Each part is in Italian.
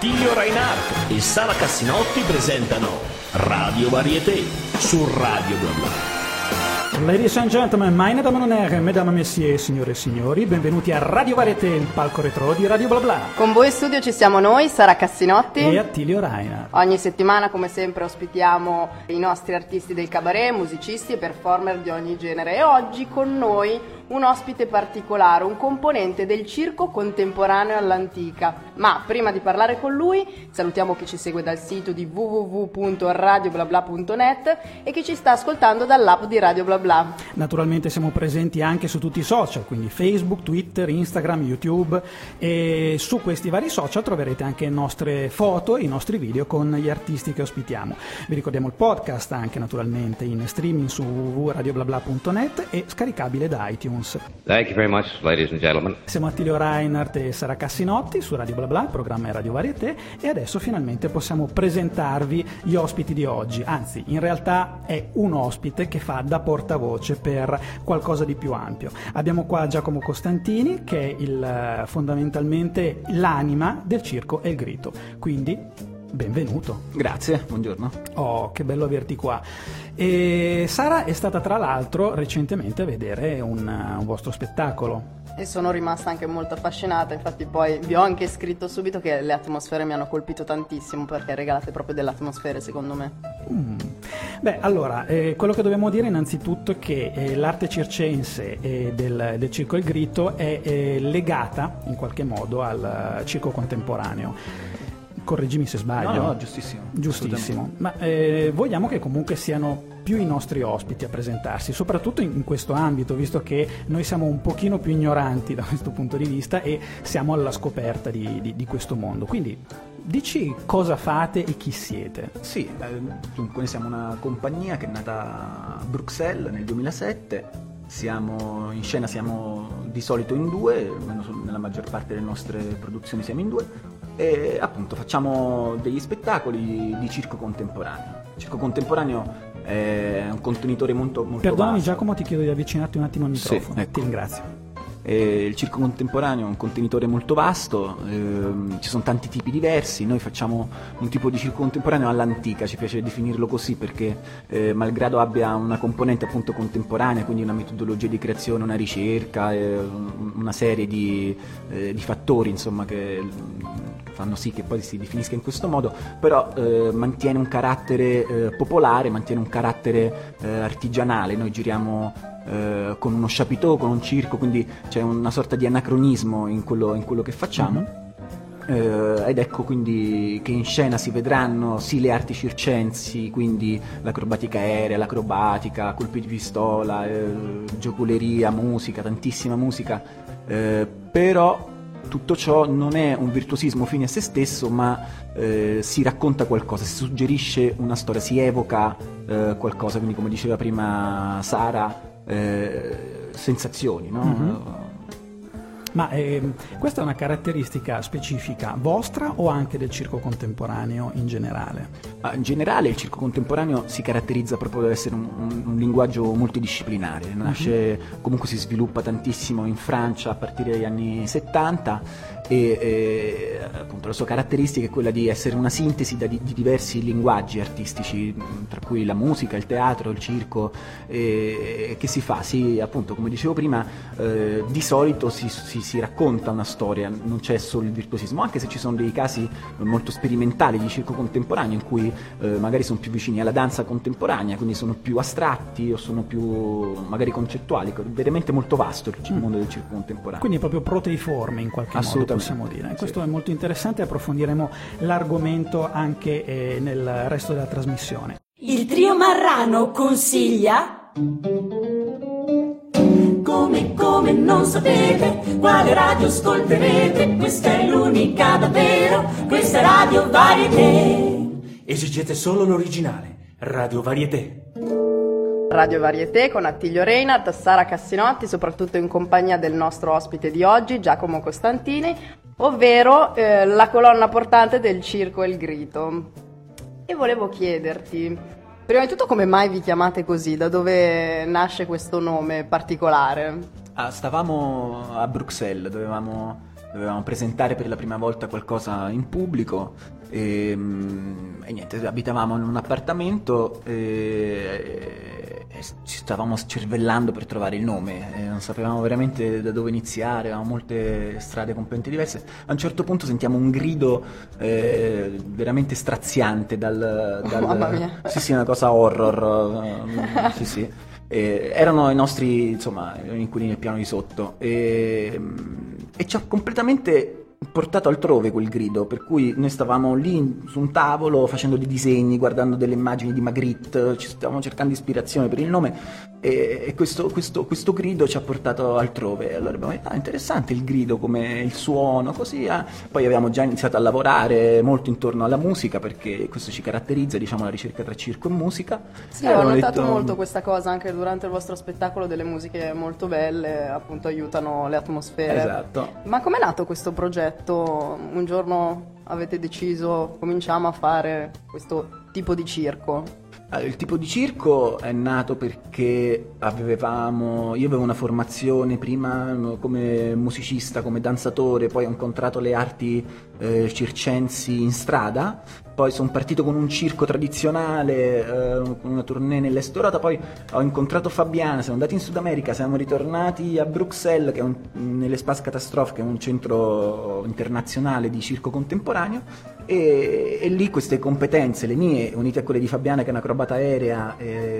Attilio Reinhardt e Sara Cassinotti presentano Radio Varieté su Radio BlaBla. Ladies and gentlemen, meine Damen und Herren, mesdames et messieurs, signore e signori, benvenuti a Radio Varieté, il palco retro di Radio BlaBla. Con voi in studio ci siamo noi, Sara Cassinotti e Attilio Reinhardt. Ogni settimana, come sempre, ospitiamo i nostri artisti del cabaret, musicisti e performer di ogni genere. E oggi con noi un ospite particolare, un componente del circo contemporaneo all'antica. Ma prima di parlare con lui, salutiamo chi ci segue dal sito di www.radioblabla.net e chi ci sta ascoltando dall'app di Radio BlaBla. Naturalmente siamo presenti anche su tutti i social, quindi Facebook, Twitter, Instagram, YouTube, e su questi vari social troverete anche nostre foto, i nostri video con gli artisti che ospitiamo. Vi ricordiamo il podcast anche naturalmente in streaming su www.radioblabla.net e scaricabile da iTunes. Thank you very much, ladies and gentlemen. Siamo Attilio Reinhardt e Sara Cassinotti su Radio BlaBla, il programma è Radio Varieté, e adesso finalmente possiamo presentarvi gli ospiti di oggi. Anzi, in realtà è un ospite che fa da portavoce per qualcosa di più ampio. Abbiamo qua Giacomo Costantini, che è fondamentalmente l'anima del circo e il grito. Quindi benvenuto. Grazie, buongiorno. Oh, che bello averti qua. E Sara è stata tra l'altro recentemente a vedere un vostro spettacolo. E sono rimasta anche molto affascinata, infatti poi vi ho anche scritto subito che le atmosfere mi hanno colpito tantissimo, perché regalate proprio delle atmosfere secondo me. Beh, allora, quello che dobbiamo dire innanzitutto è che l'arte circense del circo e il grito è legata in qualche modo al circo contemporaneo. Correggimi se sbaglio. No, giustissimo. Giustissimo. Ma vogliamo che comunque siano più i nostri ospiti a presentarsi, soprattutto in questo ambito, visto che noi siamo un pochino più ignoranti da questo punto di vista e siamo alla scoperta di questo mondo. Quindi dici cosa fate e chi siete. Sì, dunque noi siamo una compagnia che è nata a Bruxelles nel 2007. Siamo in scena, siamo di solito in due, almeno nella maggior parte delle nostre produzioni siamo in due, e appunto facciamo degli spettacoli di circo contemporaneo. Il circo contemporaneo è un contenitore molto Perdonami vasto. Giacomo, ti chiedo di avvicinarti un attimo al microfono. Sì, ecco. Ti ringrazio. Il circo contemporaneo è un contenitore molto vasto, ci sono tanti tipi diversi. Noi facciamo un tipo di circo contemporaneo all'antica, ci piace definirlo così perché malgrado abbia una componente appunto contemporanea, quindi una metodologia di creazione, una ricerca, una serie di fattori insomma che fanno sì che poi si definisca in questo modo, però mantiene un carattere popolare, mantiene un carattere artigianale. Noi giriamo con uno chapiteau, con un circo, quindi c'è una sorta di anacronismo in quello che facciamo. Ed ecco quindi che in scena si vedranno sì le arti circensi, quindi l'acrobatica aerea, l'acrobatica, colpi di pistola, giocoleria, musica, tantissima musica, però tutto ciò non è un virtuosismo fine a se stesso, ma si racconta qualcosa, si suggerisce una storia, si evoca qualcosa, quindi come diceva prima Sara, sensazioni, no? Mm-hmm. Ma questa è una caratteristica specifica vostra o anche del circo contemporaneo in generale? In generale il circo contemporaneo si caratterizza proprio ad essere un linguaggio multidisciplinare, nasce, comunque si sviluppa tantissimo in Francia a partire dagli anni 70 e appunto la sua caratteristica è quella di essere una sintesi di diversi linguaggi artistici, tra cui la musica, il teatro, il circo, che si fa, appunto come dicevo prima, di solito si racconta una storia, non c'è solo il virtuosismo, anche se ci sono dei casi molto sperimentali di circo contemporaneo in cui magari sono più vicini alla danza contemporanea, quindi sono più astratti o sono più magari concettuali, veramente molto vasto il mondo del circo contemporaneo. Quindi è proprio proteiforme in qualche modo, possiamo dire. Questo è molto interessante, approfondiremo l'argomento anche nel resto della trasmissione. Il trio Marrano consiglia... Come non sapete quale radio ascolterete, questa è l'unica davvero, questa è Radio Varieté. Esigete solo l'originale, Radio Varieté. Radio Varieté con Attilio Reinhardt, Sara Cassinotti, soprattutto in compagnia del nostro ospite di oggi, Giacomo Costantini, ovvero la colonna portante del circo e il grito. E volevo chiederti, prima di tutto, come mai vi chiamate così? Da dove nasce questo nome particolare? Stavamo a Bruxelles, dovevamo dovevamo presentare per la prima volta qualcosa in pubblico e niente, abitavamo in un appartamento e ci stavamo cervellando per trovare il nome, non sapevamo veramente da dove iniziare, avevamo molte strade completamente diverse. A un certo punto sentiamo un grido veramente straziante Mamma mia. Sì, una cosa horror, sì. Erano i nostri, insomma, inquilini nel piano di sotto e ci ha completamente portato altrove quel grido, per cui noi stavamo lì su un tavolo facendo dei disegni, guardando delle immagini di Magritte, ci stavamo cercando ispirazione per il nome e questo grido ci ha portato altrove. Allora abbiamo detto, interessante il grido, come il suono, così. Poi avevamo già iniziato a lavorare molto intorno alla musica, perché questo ci caratterizza, diciamo, la ricerca tra circo e musica. Sì, ho notato molto questa cosa anche durante il vostro spettacolo, delle musiche molto belle, appunto aiutano le atmosfere. Esatto. Ma com'è nato questo progetto? Un giorno avete deciso, cominciamo a fare questo tipo di circo? Il tipo di circo è nato perché io avevo una formazione prima come musicista, come danzatore, poi ho incontrato le arti circensi in strada, poi sono partito con un circo tradizionale, una tournée nell'Est Europa, poi ho incontrato Fabiana, siamo andati in Sud America, siamo ritornati a Bruxelles, che è nell'Espace Catastrophe, che è un centro internazionale di circo contemporaneo, e lì queste competenze, le mie, unite a quelle di Fabiana che è un'acrobata aerea,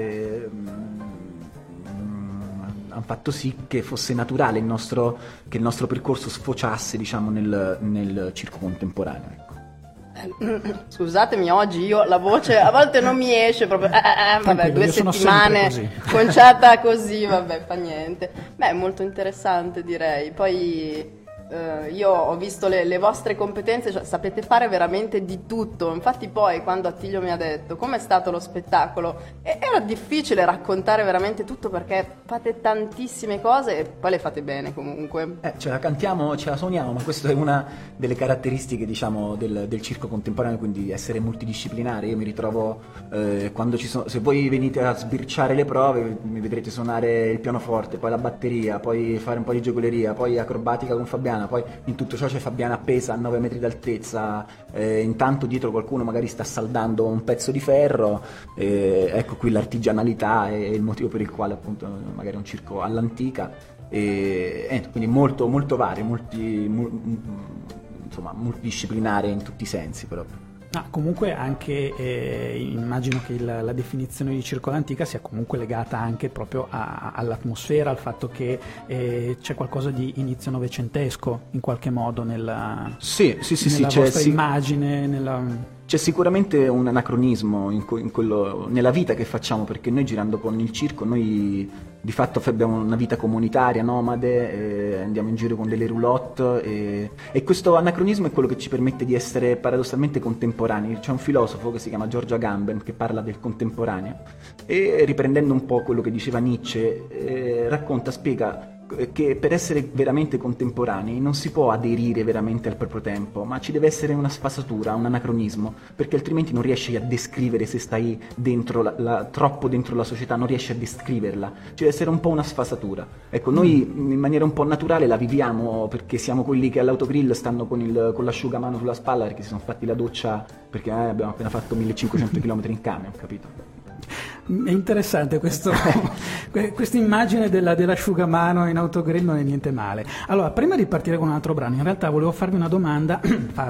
hanno fatto sì che fosse naturale che il nostro percorso sfociasse, diciamo, nel circo contemporaneo, ecco. Scusatemi, oggi io la voce a volte non mi esce proprio. Vabbè, 2 settimane conciata così, vabbè, fa niente. Beh, è molto interessante, direi. Poi io ho visto le vostre competenze, cioè sapete fare veramente di tutto. Infatti poi quando Attilio mi ha detto com'è stato lo spettacolo, era difficile raccontare veramente tutto, perché fate tantissime cose e poi le fate bene comunque. Ce la cantiamo, ce la suoniamo, ma questa è una delle caratteristiche, diciamo, del circo contemporaneo, quindi essere multidisciplinare. Io mi ritrovo quando se voi venite a sbirciare le prove, mi vedrete suonare il pianoforte, poi la batteria, poi fare un po' di giocoleria, poi acrobatica con Fabiana. Poi in tutto ciò c'è Fabiana appesa a 9 metri d'altezza, intanto dietro qualcuno magari sta saldando un pezzo di ferro, ecco qui l'artigianalità è il motivo per il quale appunto magari è un circo all'antica, quindi molto, molto vario, insomma multidisciplinare in tutti i sensi proprio. Comunque anche immagino che la definizione di circo all'antica sia comunque legata anche proprio all'atmosfera, al fatto che c'è qualcosa di inizio novecentesco in qualche modo nella vostra immagine, C'è sicuramente un anacronismo nella vita che facciamo, perché noi girando con il circo, noi di fatto abbiamo una vita comunitaria, nomade, andiamo in giro con delle roulotte e questo anacronismo è quello che ci permette di essere paradossalmente contemporanei. C'è un filosofo che si chiama Giorgio Agamben che parla del contemporaneo e, riprendendo un po' quello che diceva Nietzsche, spiega che per essere veramente contemporanei non si può aderire veramente al proprio tempo, ma ci deve essere una sfasatura, un anacronismo, perché altrimenti non riesci a descrivere, se stai dentro troppo dentro la società, non riesci a descriverla, ci deve essere un po' una sfasatura. Ecco, noi in maniera un po' naturale la viviamo, perché siamo quelli che all'autogrill stanno con l'asciugamano sulla spalla perché si sono fatti la doccia, perché abbiamo appena fatto 1500 km in camion, capito? È interessante questa immagine dell'asciugamano in autogrill, non è niente male. Allora, prima di partire con un altro brano, in realtà volevo farvi una domanda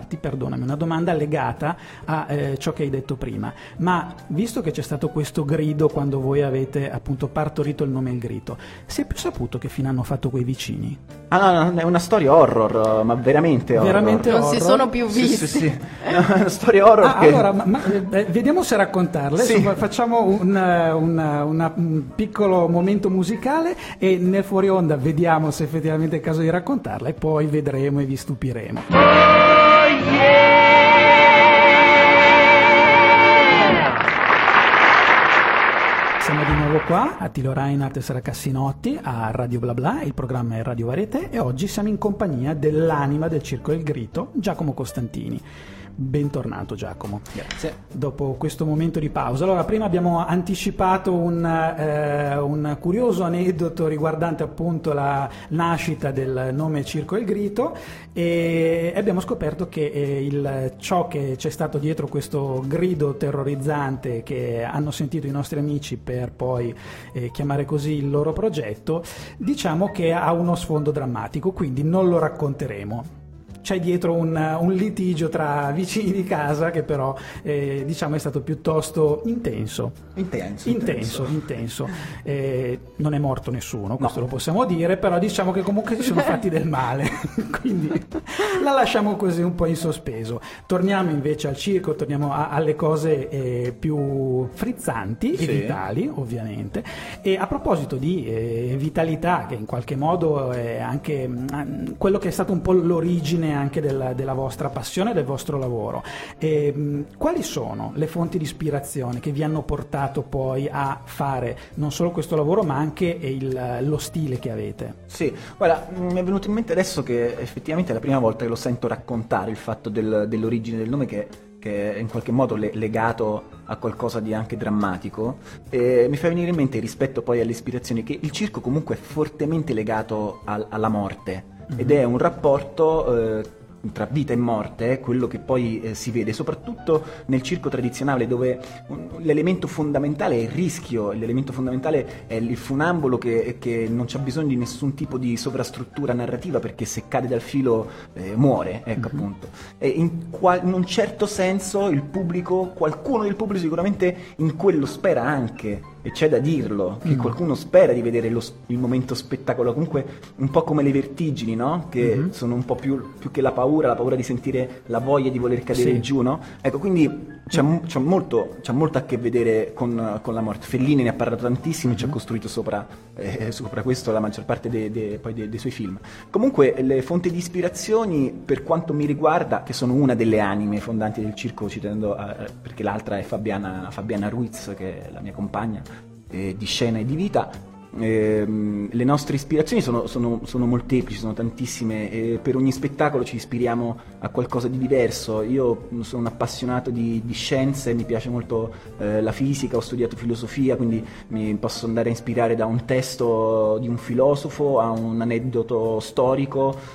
legata a ciò che hai detto prima. Ma visto che c'è stato questo grido quando voi avete appunto partorito il nome Il Grito, si è più saputo che fine hanno fatto quei vicini? No, è una storia horror, ma veramente horror. Veramente non horror. Si sono più visti. Sì. È una storia horror che... Allora, vediamo se raccontarle. Sì. Insomma, facciamo un piccolo momento musicale e nel fuori onda vediamo se effettivamente è il caso di raccontarla e poi vedremo e vi stupiremo. Siamo di nuovo qua, Attilio Reinhardt e Sara Cassinotti a Radio Bla Bla, il programma è Radio Varieté e oggi siamo in compagnia dell'anima del Circo del Grito, Giacomo Costantini. Bentornato Giacomo. Grazie. Dopo questo momento di pausa, allora prima abbiamo anticipato un curioso aneddoto riguardante appunto la nascita del nome Circo del Grito e abbiamo scoperto che ciò che c'è stato dietro questo grido terrorizzante che hanno sentito i nostri amici per poi chiamare così il loro progetto, diciamo che ha uno sfondo drammatico, quindi non lo racconteremo. C'è dietro un litigio tra vicini di casa che però diciamo è stato piuttosto intenso. Non è morto nessuno, questo lo possiamo dire, però diciamo che comunque si sono fatti del male, quindi la lasciamo così un po' in sospeso. Torniamo invece al circo, torniamo alle cose più frizzanti e vitali, ovviamente. E a proposito di vitalità, che in qualche modo è anche quello che è stato un po' l'origine anche della vostra passione e del vostro lavoro. Quali sono le fonti di ispirazione che vi hanno portato poi a fare non solo questo lavoro ma anche lo stile che avete? Sì, guarda, mi è venuto in mente adesso che effettivamente è la prima volta che lo sento raccontare il fatto dell'origine del nome che è in qualche modo legato a qualcosa di anche drammatico, e mi fa venire in mente rispetto poi alle ispirazioni che il circo comunque è fortemente legato alla morte. Ed è un rapporto tra vita e morte, quello che poi si vede soprattutto nel circo tradizionale, dove l'elemento fondamentale è il rischio, l'elemento fondamentale è il funambolo che non c'ha bisogno di nessun tipo di sovrastruttura narrativa, perché se cade dal filo muore, ecco appunto. E in un certo senso il pubblico, qualcuno del pubblico sicuramente in quello spera anche, e c'è da dirlo, che qualcuno spera di vedere il momento spettacolo, comunque un po' come le vertigini, no? Che sono un po' più che la paura di sentire la voglia di voler cadere giù, no? Ecco, quindi c'è molto a che vedere con la morte. Fellini ne ha parlato tantissimo e ci ha costruito sopra questo la maggior parte dei suoi film. Comunque le fonti di ispirazioni, per quanto mi riguarda, che sono una delle anime fondanti del circo, citando perché l'altra è Fabiana Ruiz, che è la mia compagna di scena e di vita. Le nostre ispirazioni sono molteplici, sono tantissime, e per ogni spettacolo ci ispiriamo a qualcosa di diverso. Io sono un appassionato di scienze, mi piace molto la fisica, ho studiato filosofia, quindi mi posso andare a ispirare da un testo di un filosofo a un aneddoto storico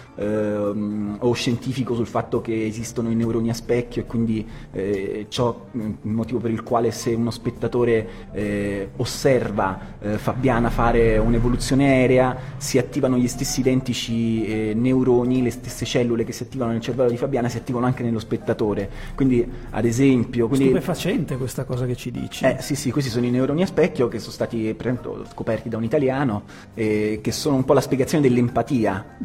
o scientifico sul fatto che esistono i neuroni a specchio, e quindi ciò il motivo per il quale, se uno spettatore osserva Fabiana fare un'evoluzione aerea, si attivano gli stessi identici neuroni, le stesse cellule che si attivano nel cervello di Fabiana si attivano anche nello spettatore. Quindi, ad esempio, stupefacente questa cosa che ci dici. Sì, questi sono i neuroni a specchio, che sono stati per esempio scoperti da un italiano, che sono un po' la spiegazione dell'empatia.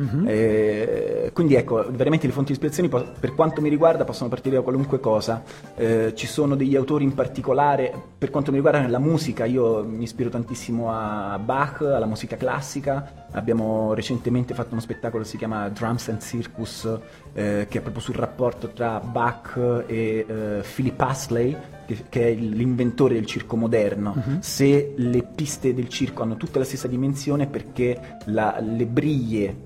Quindi ecco, veramente le fonti di ispirazione per quanto mi riguarda possono partire da qualunque cosa. Ci sono degli autori in particolare, per quanto mi riguarda nella musica, io mi ispiro tantissimo a Bach, alla musica classica. Abbiamo recentemente fatto uno spettacolo che si chiama Drums and Circus, che è proprio sul rapporto tra Bach e Philip Astley, che è l'inventore del circo moderno. Se le piste del circo hanno tutte la stessa dimensione, perché le briglie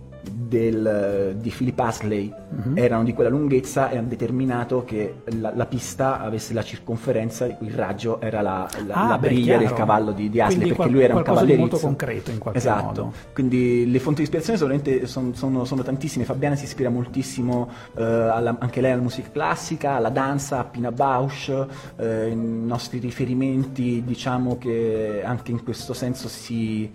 di Philip Astley erano di quella lunghezza, e hanno determinato che la pista avesse la circonferenza, il raggio era la briglia del cavallo di Astley, perché lui era un cavallerizzo molto concreto in qualche modo. Quindi le fonti di ispirazione solamente sono tantissime. Fabiana si ispira moltissimo anche lei alla musica classica, alla danza, a Pina Bausch. I nostri riferimenti, diciamo che anche in questo senso si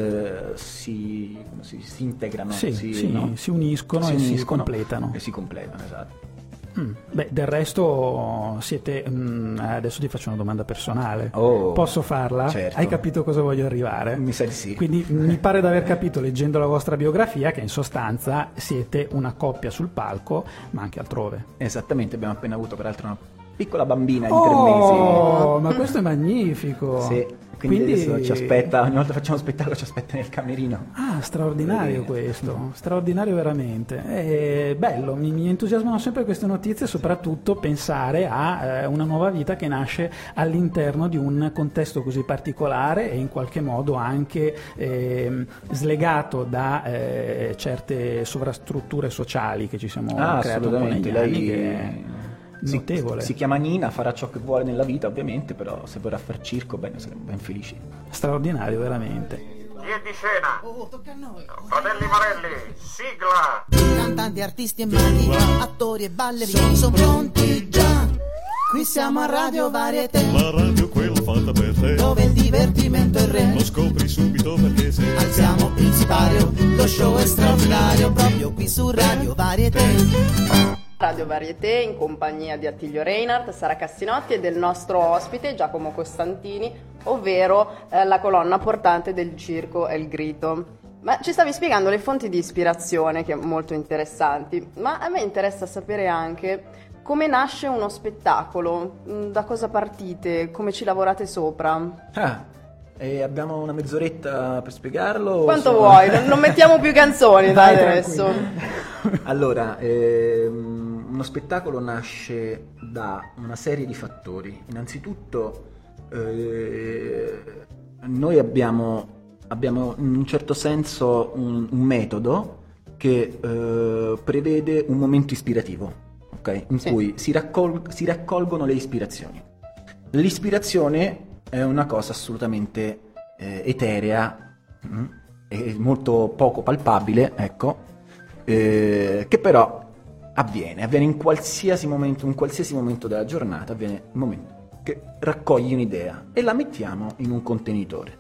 integrano, si uniscono e si completano. Esatto. Del resto siete adesso ti faccio una domanda personale. Posso farla? Certo. Hai capito cosa voglio arrivare? Mi sa di sì. Quindi mi pare di aver capito, leggendo la vostra biografia, che in sostanza siete una coppia sul palco ma anche altrove. Esattamente, abbiamo appena avuto peraltro piccola bambina di 3 mesi. Oh, ma questo è magnifico. Sì. Quindi adesso ci aspetta, ogni volta facciamo spettacolo, ci aspetta nel camerino. Ah, straordinario questo, straordinario veramente. È bello, mi entusiasmano sempre queste notizie, soprattutto pensare a una nuova vita che nasce all'interno di un contesto così particolare e in qualche modo anche slegato da certe sovrastrutture sociali che ci siamo creati un po' negli anni. Che notevole. Si chiama Nina, farà ciò che vuole nella vita ovviamente, però se vorrà far circo, bene, saremo ben felici. Straordinario veramente. Chi è di scena? Tocca a noi. Fratelli Marelli, sigla! Cantanti, artisti e maghi, attori e ballerini sono pronti già. Qui siamo a Radio Varieté, la radio quella fatta per te, dove il divertimento è re. Lo scopri subito perché se alziamo il sipario, lo show è straordinario, proprio qui su Radio Varieté. Radio Varieté in compagnia di Attilio Reinhardt, Sara Cassinotti e del nostro ospite Giacomo Costantini, ovvero la colonna portante del circo El Grito. Ma ci stavi spiegando le fonti di ispirazione, che molto interessanti, ma a me interessa sapere anche come nasce uno spettacolo, da cosa partite, come ci lavorate sopra. Abbiamo una mezz'oretta per spiegarlo? Quanto vuoi, non mettiamo più canzoni dai adesso. Allora, uno spettacolo nasce da una serie di fattori. Innanzitutto noi abbiamo in un certo senso un metodo che prevede un momento ispirativo, okay? In cui si raccolgono le ispirazioni. L'ispirazione è una cosa assolutamente eterea e molto poco palpabile, ecco, che però avviene in qualsiasi momento della giornata, avviene il momento che raccogli un'idea e la mettiamo in un contenitore.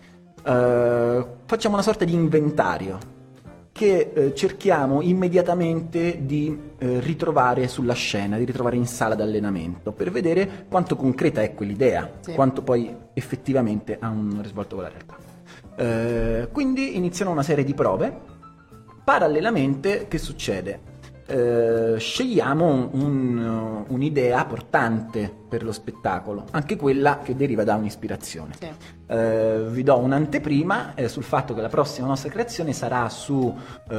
Facciamo una sorta di inventario che cerchiamo immediatamente di ritrovare sulla scena, di ritrovare in sala d'allenamento, per vedere quanto concreta è quell'idea, quanto poi effettivamente ha un risvolto con la realtà. Quindi iniziano una serie di prove. Parallelamente, che succede? Scegliamo un'idea portante per lo spettacolo, anche quella che deriva da un'ispirazione. Vi do un'anteprima sul fatto che la prossima nostra creazione sarà si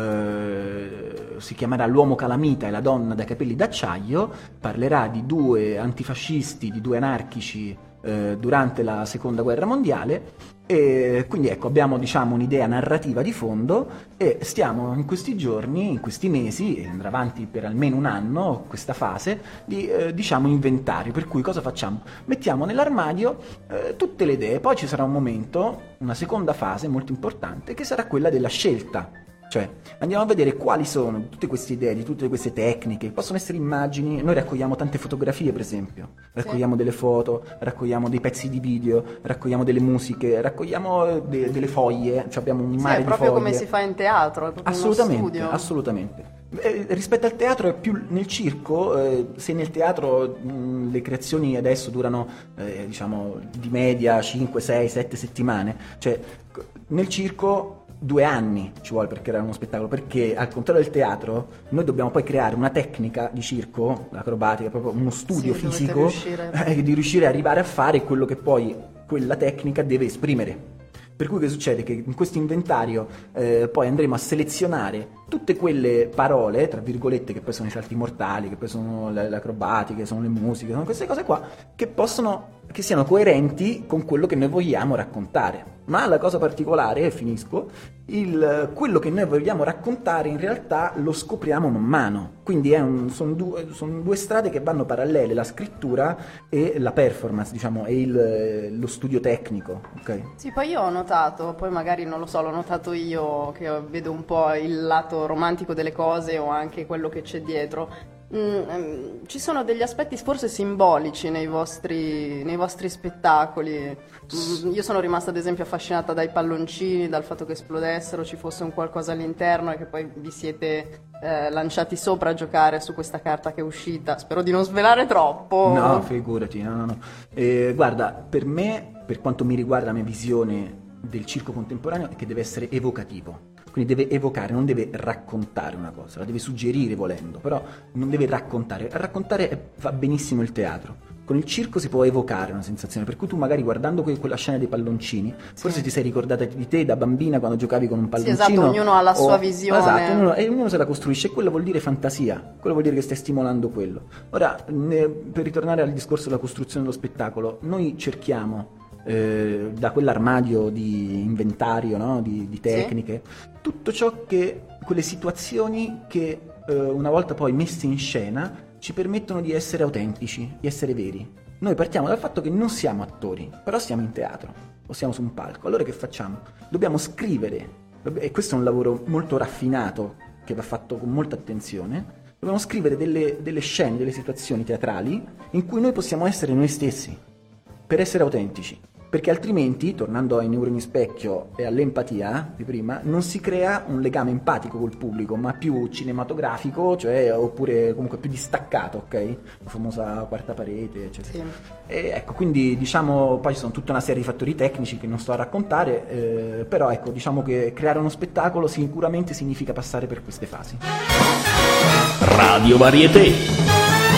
chiamerà L'uomo calamita e la donna dai capelli d'acciaio, parlerà di 2 antifascisti, di 2 anarchici durante la seconda guerra mondiale, e quindi ecco, abbiamo un'idea narrativa di fondo e stiamo in questi giorni, in questi mesi, e andrà avanti per almeno un anno questa fase di inventario, per cui cosa facciamo? Mettiamo nell'armadio tutte le idee, poi ci sarà un momento, una seconda fase molto importante, che sarà quella della scelta. Cioè, andiamo a vedere quali sono tutte queste idee, di tutte queste tecniche, possono essere immagini, noi raccogliamo tante fotografie per esempio, raccogliamo delle foto, raccogliamo dei pezzi di video, raccogliamo delle musiche, raccogliamo delle foglie, cioè abbiamo un mare di foglie. È proprio come si fa in teatro, è proprio assolutamente, uno studio. Assolutamente. Rispetto al teatro è più nel circo, se nel teatro le creazioni adesso durano di media 5, 6, 7 settimane, cioè nel circo 2 anni ci vuole per creare uno spettacolo, perché al contrario del teatro noi dobbiamo poi creare una tecnica di circo, l'acrobatica, proprio uno studio fisico di riuscire a arrivare a fare quello che poi quella tecnica deve esprimere. Per cui che succede? Che in questo inventario poi andremo a selezionare tutte quelle parole, tra virgolette, che poi sono i salti mortali, che poi sono le acrobatiche, sono le musiche, sono queste cose qua, che siano coerenti con quello che noi vogliamo raccontare. Ma la cosa particolare, e finisco, quello che noi vogliamo raccontare in realtà lo scopriamo man mano. Quindi sono due strade che vanno parallele, la scrittura e la performance, e lo studio tecnico. Okay? Sì, poi io ho notato, poi magari non lo so, l'ho notato io che vedo un po' il lato romantico delle cose o anche quello che c'è dietro. Ci sono degli aspetti forse simbolici nei vostri spettacoli. Io sono rimasta ad esempio affascinata dai palloncini, dal fatto che esplodessero, ci fosse un qualcosa all'interno e che poi vi siete lanciati sopra a giocare su questa carta che è uscita. Spero di non svelare troppo. No, figurati, no. Guarda, per me, per quanto mi riguarda, la mia visione del circo contemporaneo è che deve essere evocativo. quindi deve evocare, non deve raccontare una cosa, la deve suggerire volendo, però non deve raccontare. A raccontare va benissimo il teatro. Con il circo si può evocare una sensazione, per cui tu magari guardando quella scena dei palloncini, forse ti sei ricordata di te da bambina quando giocavi con un palloncino. Sì, esatto, ognuno ha la sua visione. Esatto, e ognuno se la costruisce, e quello vuol dire fantasia, quello vuol dire che stai stimolando quello. Ora, per ritornare al discorso della costruzione dello spettacolo, noi cerchiamo da quell'armadio di inventario, no? di tecniche, tutto ciò che, quelle situazioni che una volta poi messe in scena ci permettono di essere autentici, di essere veri. Noi partiamo dal fatto che non siamo attori, però siamo in teatro o siamo su un palco. Allora che facciamo? Dobbiamo scrivere, e questo è un lavoro molto raffinato che va fatto con molta attenzione. Dobbiamo scrivere delle scene, delle situazioni teatrali in cui noi possiamo essere noi stessi, per essere autentici. Perché altrimenti, tornando ai neuroni specchio e all'empatia di prima, non si crea un legame empatico col pubblico, ma più cinematografico, cioè, oppure comunque più distaccato, ok? La famosa quarta parete, eccetera. Sì. E ecco, quindi diciamo, poi ci sono tutta una serie di fattori tecnici che non sto a raccontare, però ecco, diciamo che creare uno spettacolo sicuramente significa passare per queste fasi. Radio Varieté.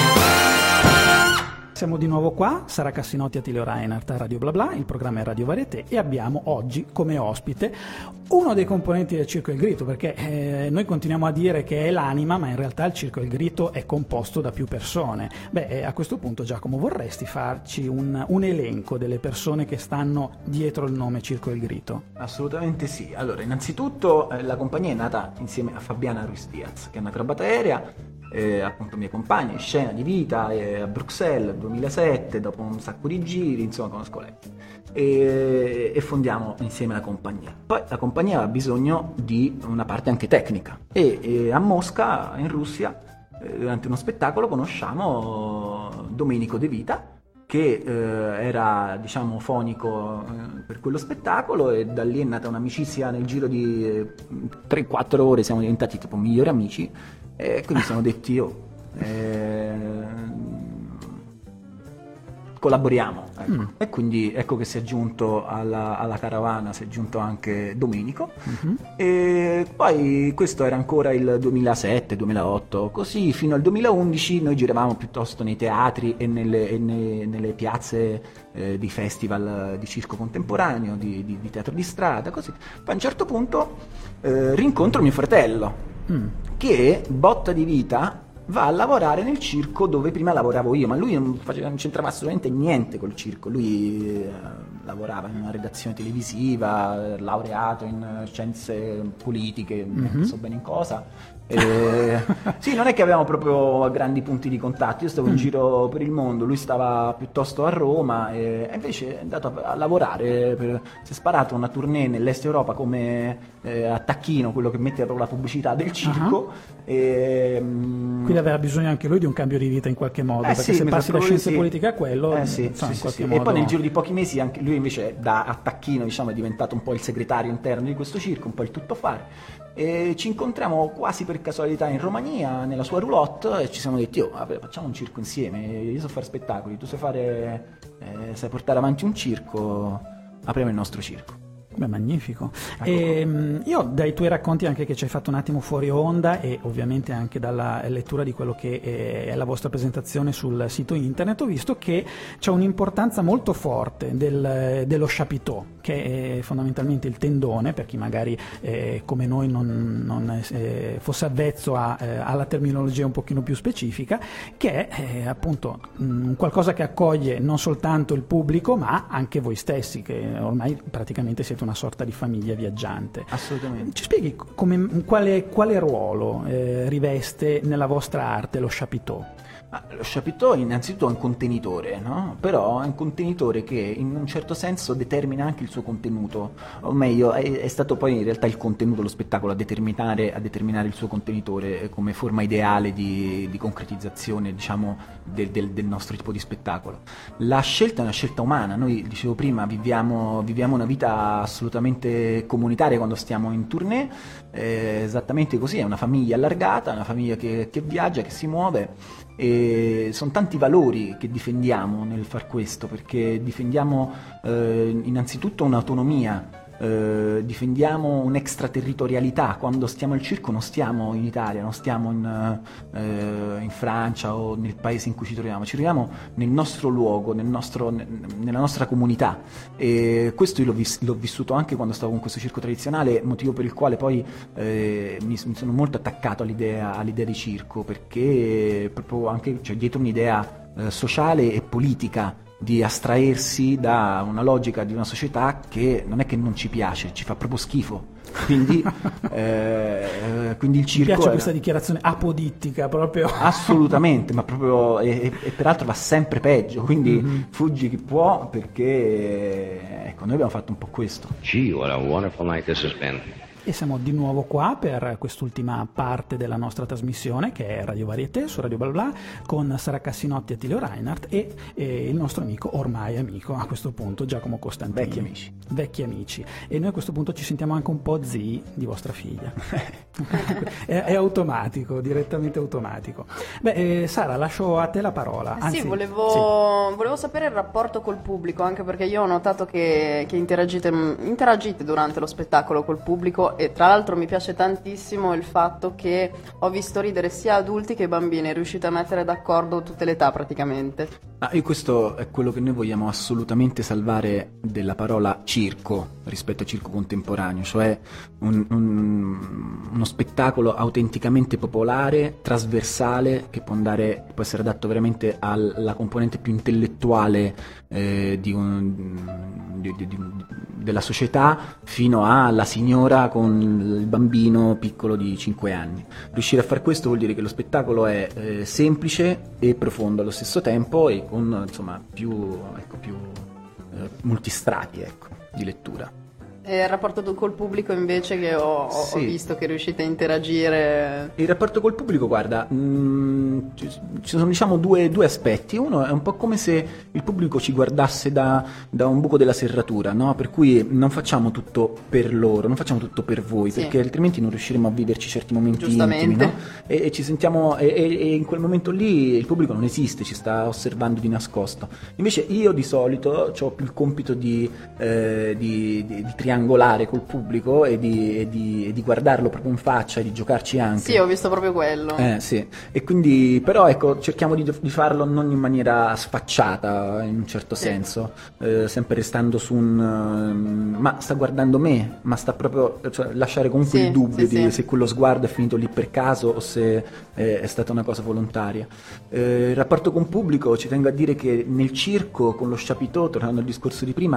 Siamo di nuovo qua, Sara Cassinotti e Attilio Reinhardt a Radio Bla Bla, il programma è Radio Varieté, e abbiamo oggi come ospite uno dei componenti del Circo El Grito, perché noi continuiamo a dire che è l'anima, ma in realtà il Circo El Grito è composto da più persone. A questo punto, Giacomo, vorresti farci un elenco delle persone che stanno dietro il nome Circo El Grito? Assolutamente sì. Allora, innanzitutto la compagnia è nata insieme a Fabiana Ruiz Diaz, che è un'acrobata aerea, appunto mia compagna in scena di vita a Bruxelles nel 2007, dopo un sacco di giri, insomma conosco lei, e fondiamo insieme la compagnia. Poi la compagnia aveva bisogno di una parte anche tecnica e a Mosca, in Russia, durante uno spettacolo conosciamo Domenico De Vita, che era, diciamo, fonico per quello spettacolo, e da lì è nata un'amicizia. Nel giro di 3-4 ore siamo diventati tipo migliori amici, e quindi siamo detti collaboriamo, ecco. E quindi ecco che si è aggiunto alla caravana, si è aggiunto anche Domenico. E poi questo era ancora il 2007-2008, così fino al 2011 noi giravamo piuttosto nei teatri e nelle piazze di festival di circo contemporaneo, di teatro di strada, così. Poi a un certo punto rincontro mio fratello, che botta di vita va a lavorare nel circo dove prima lavoravo io, ma lui non c'entrava assolutamente niente col circo. Lui lavorava in una redazione televisiva, laureato in scienze politiche, non so bene in cosa. Sì, non è che avevamo proprio grandi punti di contatto. Io stavo in giro per il mondo, lui stava piuttosto a Roma, e invece è andato a lavorare si è sparato una tournée nell'est Europa come attacchino, quello che mette proprio la pubblicità del circo. Quindi aveva bisogno anche lui di un cambio di vita in qualche modo, perché se passi da scienze politiche a quello, in qualche modo. E poi nel giro di pochi mesi anche lui invece da attacchino, diciamo, è diventato un po' il segretario interno di questo circo, un po' il tuttofare. E ci incontriamo quasi per casualità in Romania, nella sua roulotte, e ci siamo detti: facciamo un circo insieme, io so fare spettacoli, tu sai portare avanti un circo, apriamo il nostro circo. Beh, magnifico. Io dai tuoi racconti, anche che ci hai fatto un attimo fuori onda, e ovviamente anche dalla lettura di quello che è la vostra presentazione sul sito internet, ho visto che c'è un'importanza molto forte dello chapiteau, che è fondamentalmente il tendone, per chi magari come noi non fosse avvezzo alla terminologia un pochino più specifica, che è appunto qualcosa che accoglie non soltanto il pubblico ma anche voi stessi, che ormai praticamente siete una sorta di famiglia viaggiante. Assolutamente. Ci spieghi quale ruolo riveste nella vostra arte lo chapiteau? Lo chapiteau innanzitutto è un contenitore, no? Però è un contenitore che in un certo senso determina anche il suo contenuto, o meglio è stato poi in realtà il contenuto dello spettacolo a determinare il suo contenitore come forma ideale di concretizzazione, diciamo, del nostro tipo di spettacolo. La scelta è una scelta umana. Noi, dicevo prima, viviamo una vita assolutamente comunitaria quando stiamo in tournée, esattamente così, è una famiglia allargata, una famiglia che viaggia, che si muove. E sono tanti valori che difendiamo nel far questo, perché difendiamo innanzitutto un'autonomia difendiamo un'extraterritorialità. Quando stiamo al circo non stiamo in Italia, non stiamo in Francia o nel paese in cui ci troviamo nel nostro luogo, nella nostra comunità, e questo io l'ho vissuto anche quando stavo con questo circo tradizionale, motivo per il quale poi mi sono molto attaccato all'idea di circo, perché proprio anche dietro un'idea sociale e politica di astraersi da una logica di una società che non è che non ci piace, ci fa proprio schifo. Quindi il circo mi piace questa dichiarazione apodittica proprio. Assolutamente, ma proprio e peraltro va sempre peggio, quindi fuggi chi può, perché ecco, noi abbiamo fatto un po' questo. Gee, what a wonderful night this has been. E siamo di nuovo qua per quest'ultima parte della nostra trasmissione, che è Radio Varieté su Radio Bla Bla, con Sara Cassinotti e Attilio Reinhardt e il nostro amico, ormai amico a questo punto, Giacomo Costantini. Vecchi amici. E noi a questo punto ci sentiamo anche un po' zii di vostra figlia. è automatico, direttamente automatico. Beh, Sara, lascio a te la parola. Anzi, volevo sapere il rapporto col pubblico, anche perché io ho notato che interagite durante lo spettacolo col pubblico. E tra l'altro mi piace tantissimo il fatto che ho visto ridere sia adulti che bambini, riuscite a mettere d'accordo tutte le età praticamente. E questo è quello che noi vogliamo assolutamente salvare della parola circo rispetto al circo contemporaneo, cioè uno spettacolo autenticamente popolare, trasversale, che può essere adatto veramente alla componente più intellettuale della società, fino alla signora con il bambino piccolo di 5 anni. Riuscire a far questo vuol dire che lo spettacolo è semplice e profondo allo stesso tempo, e con più multistrati di lettura. E il rapporto col pubblico invece, che ho visto che riuscite a interagire. Il rapporto col pubblico, guarda, ci sono due aspetti. Uno è un po' come se il pubblico ci guardasse da un buco della serratura, no? Per cui non facciamo tutto per loro, non facciamo tutto per voi, perché altrimenti non riusciremo a viverci certi momenti intimi, no? E ci sentiamo, e in quel momento lì il pubblico non esiste, ci sta osservando di nascosto. Invece io di solito ho più il compito di triangolare col pubblico e di guardarlo proprio in faccia e di giocarci anche. Sì, ho visto proprio quello. Sì. E quindi, però ecco, cerchiamo di farlo non in maniera sfacciata, in un certo senso, sempre restando su ma sta guardando me, ma sta proprio, lasciare comunque il dubbio di se quello sguardo è finito lì per caso o se è stata una cosa volontaria. Il rapporto con pubblico, ci tengo a dire che nel circo, con lo Chapiteau, tornando al discorso di prima,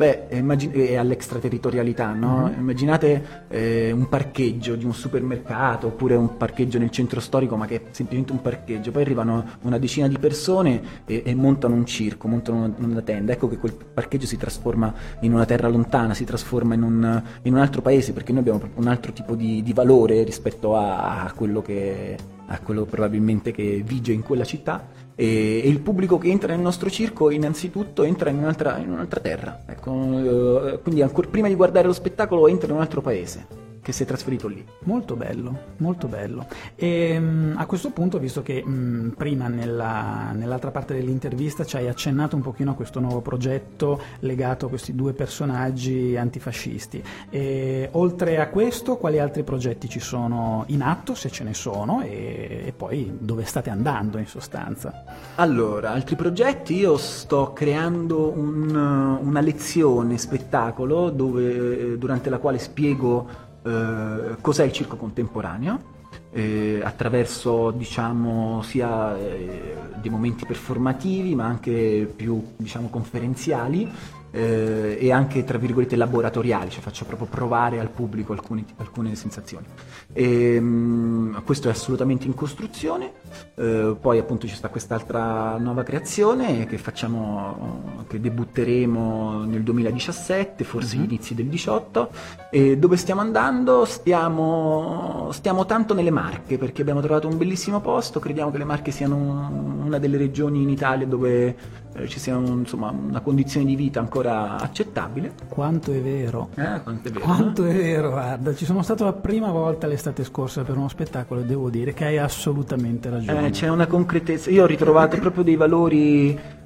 è all'extraterritorialità, no? Immaginate un parcheggio di un supermercato, oppure un parcheggio nel centro storico, ma che è semplicemente un parcheggio. Poi arrivano una decina di persone e montano un circo, montano una tenda. Ecco che quel parcheggio si trasforma in una terra lontana, si trasforma in un altro paese, perché noi abbiamo proprio un altro tipo di valore rispetto a quello probabilmente che vige in quella città, e il pubblico che entra nel nostro circo innanzitutto entra in un'altra terra, ecco, quindi ancora prima di guardare lo spettacolo entra in un altro paese che si è trasferito lì. Molto bello, molto bello. E a questo punto, visto che prima nell'altra parte dell'intervista ci hai accennato un pochino a questo nuovo progetto legato a questi due personaggi antifascisti, e oltre a questo quali altri progetti ci sono in atto, se ce ne sono, e poi dove state andando in sostanza? Allora, altri progetti: io sto creando una lezione spettacolo durante la quale spiego cos'è il circo contemporaneo, attraverso sia dei momenti performativi, ma anche più conferenziali, e anche tra virgolette laboratoriali, cioè faccio proprio provare al pubblico alcune sensazioni. Questo è assolutamente in costruzione. Poi appunto ci sta quest'altra nuova creazione che debutteremo nel 2017, forse gli inizi del 2018. E dove stiamo andando? Stiamo tanto nelle Marche, perché abbiamo trovato un bellissimo posto. Crediamo che le Marche siano una delle regioni in Italia dove ci sia una condizione di vita ancora accettabile. Quanto è vero? Quanto è vero, guarda, ci sono stato la prima volta l'estate scorsa per uno spettacolo e devo dire che hai assolutamente ragione. C'è una concretezza. Io ho ritrovato proprio dei valori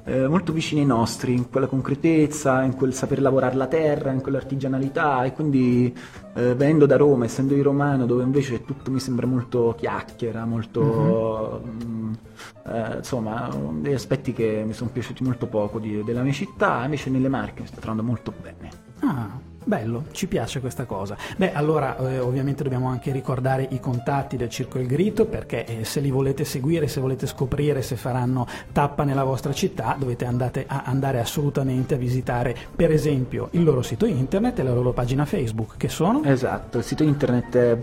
molto vicini ai nostri, in quella concretezza, in quel saper lavorare la terra, in quell'artigianalità, e quindi venendo da Roma, essendo io romano, dove invece tutto mi sembra molto chiacchiera, molto insomma, degli aspetti che mi sono piaciuti molto poco della mia città, invece nelle Marche mi sto trovando molto bene. Bello, ci piace questa cosa. Beh, allora ovviamente dobbiamo anche ricordare i contatti del Circo Il Grito, perché se li volete seguire, se volete scoprire se faranno tappa nella vostra città, dovete andare assolutamente a visitare per esempio il loro sito internet e la loro pagina Facebook, che sono? Esatto, il sito internet è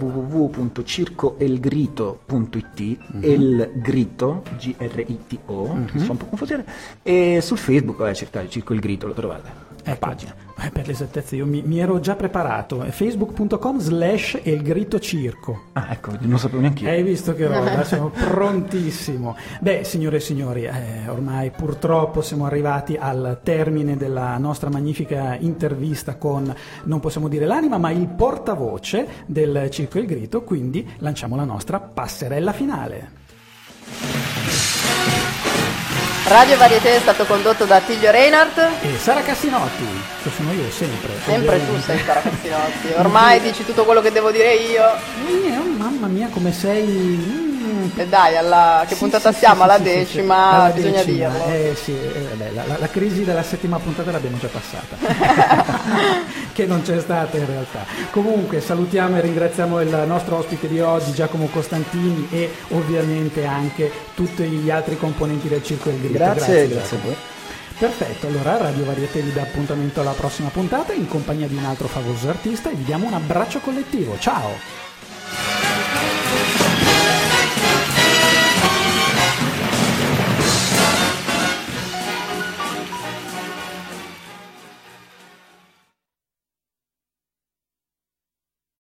www.circoelgrito.it, El Grito, Grito, si fa un po' confusione, e sul Facebook cercate Circo Il Grito, lo trovate. La pagina. Per l'esattezza io mi ero già preparato, è facebook.com/elgritocirco. Ecco, non lo sapevo neanche io. Hai visto che roba, sono prontissimo. Beh, signore e signori, ormai purtroppo siamo arrivati al termine della nostra magnifica intervista con, non possiamo dire l'anima, ma il portavoce del Circo Il Grito, quindi lanciamo la nostra passerella finale. Radio Varieté è stato condotto da Attilio Reinhardt e Sara Cassinotti, che sono io sempre. Sempre tu sei Sara Cassinotti, ormai dici tutto quello che devo dire io. Mamma mia, come sei... E dai, che puntata siamo? Alla decima, alla bisogna decima. dirlo. La crisi della settima puntata l'abbiamo già passata, che non c'è stata in realtà. Comunque salutiamo e ringraziamo il nostro ospite di oggi, Giacomo Costantini, e ovviamente anche tutti gli altri componenti del Circo Il Grito. Grazie a voi. Perfetto, allora Radio Varieté vi dà appuntamento alla prossima puntata in compagnia di un altro favoloso artista e vi diamo un abbraccio collettivo. Ciao!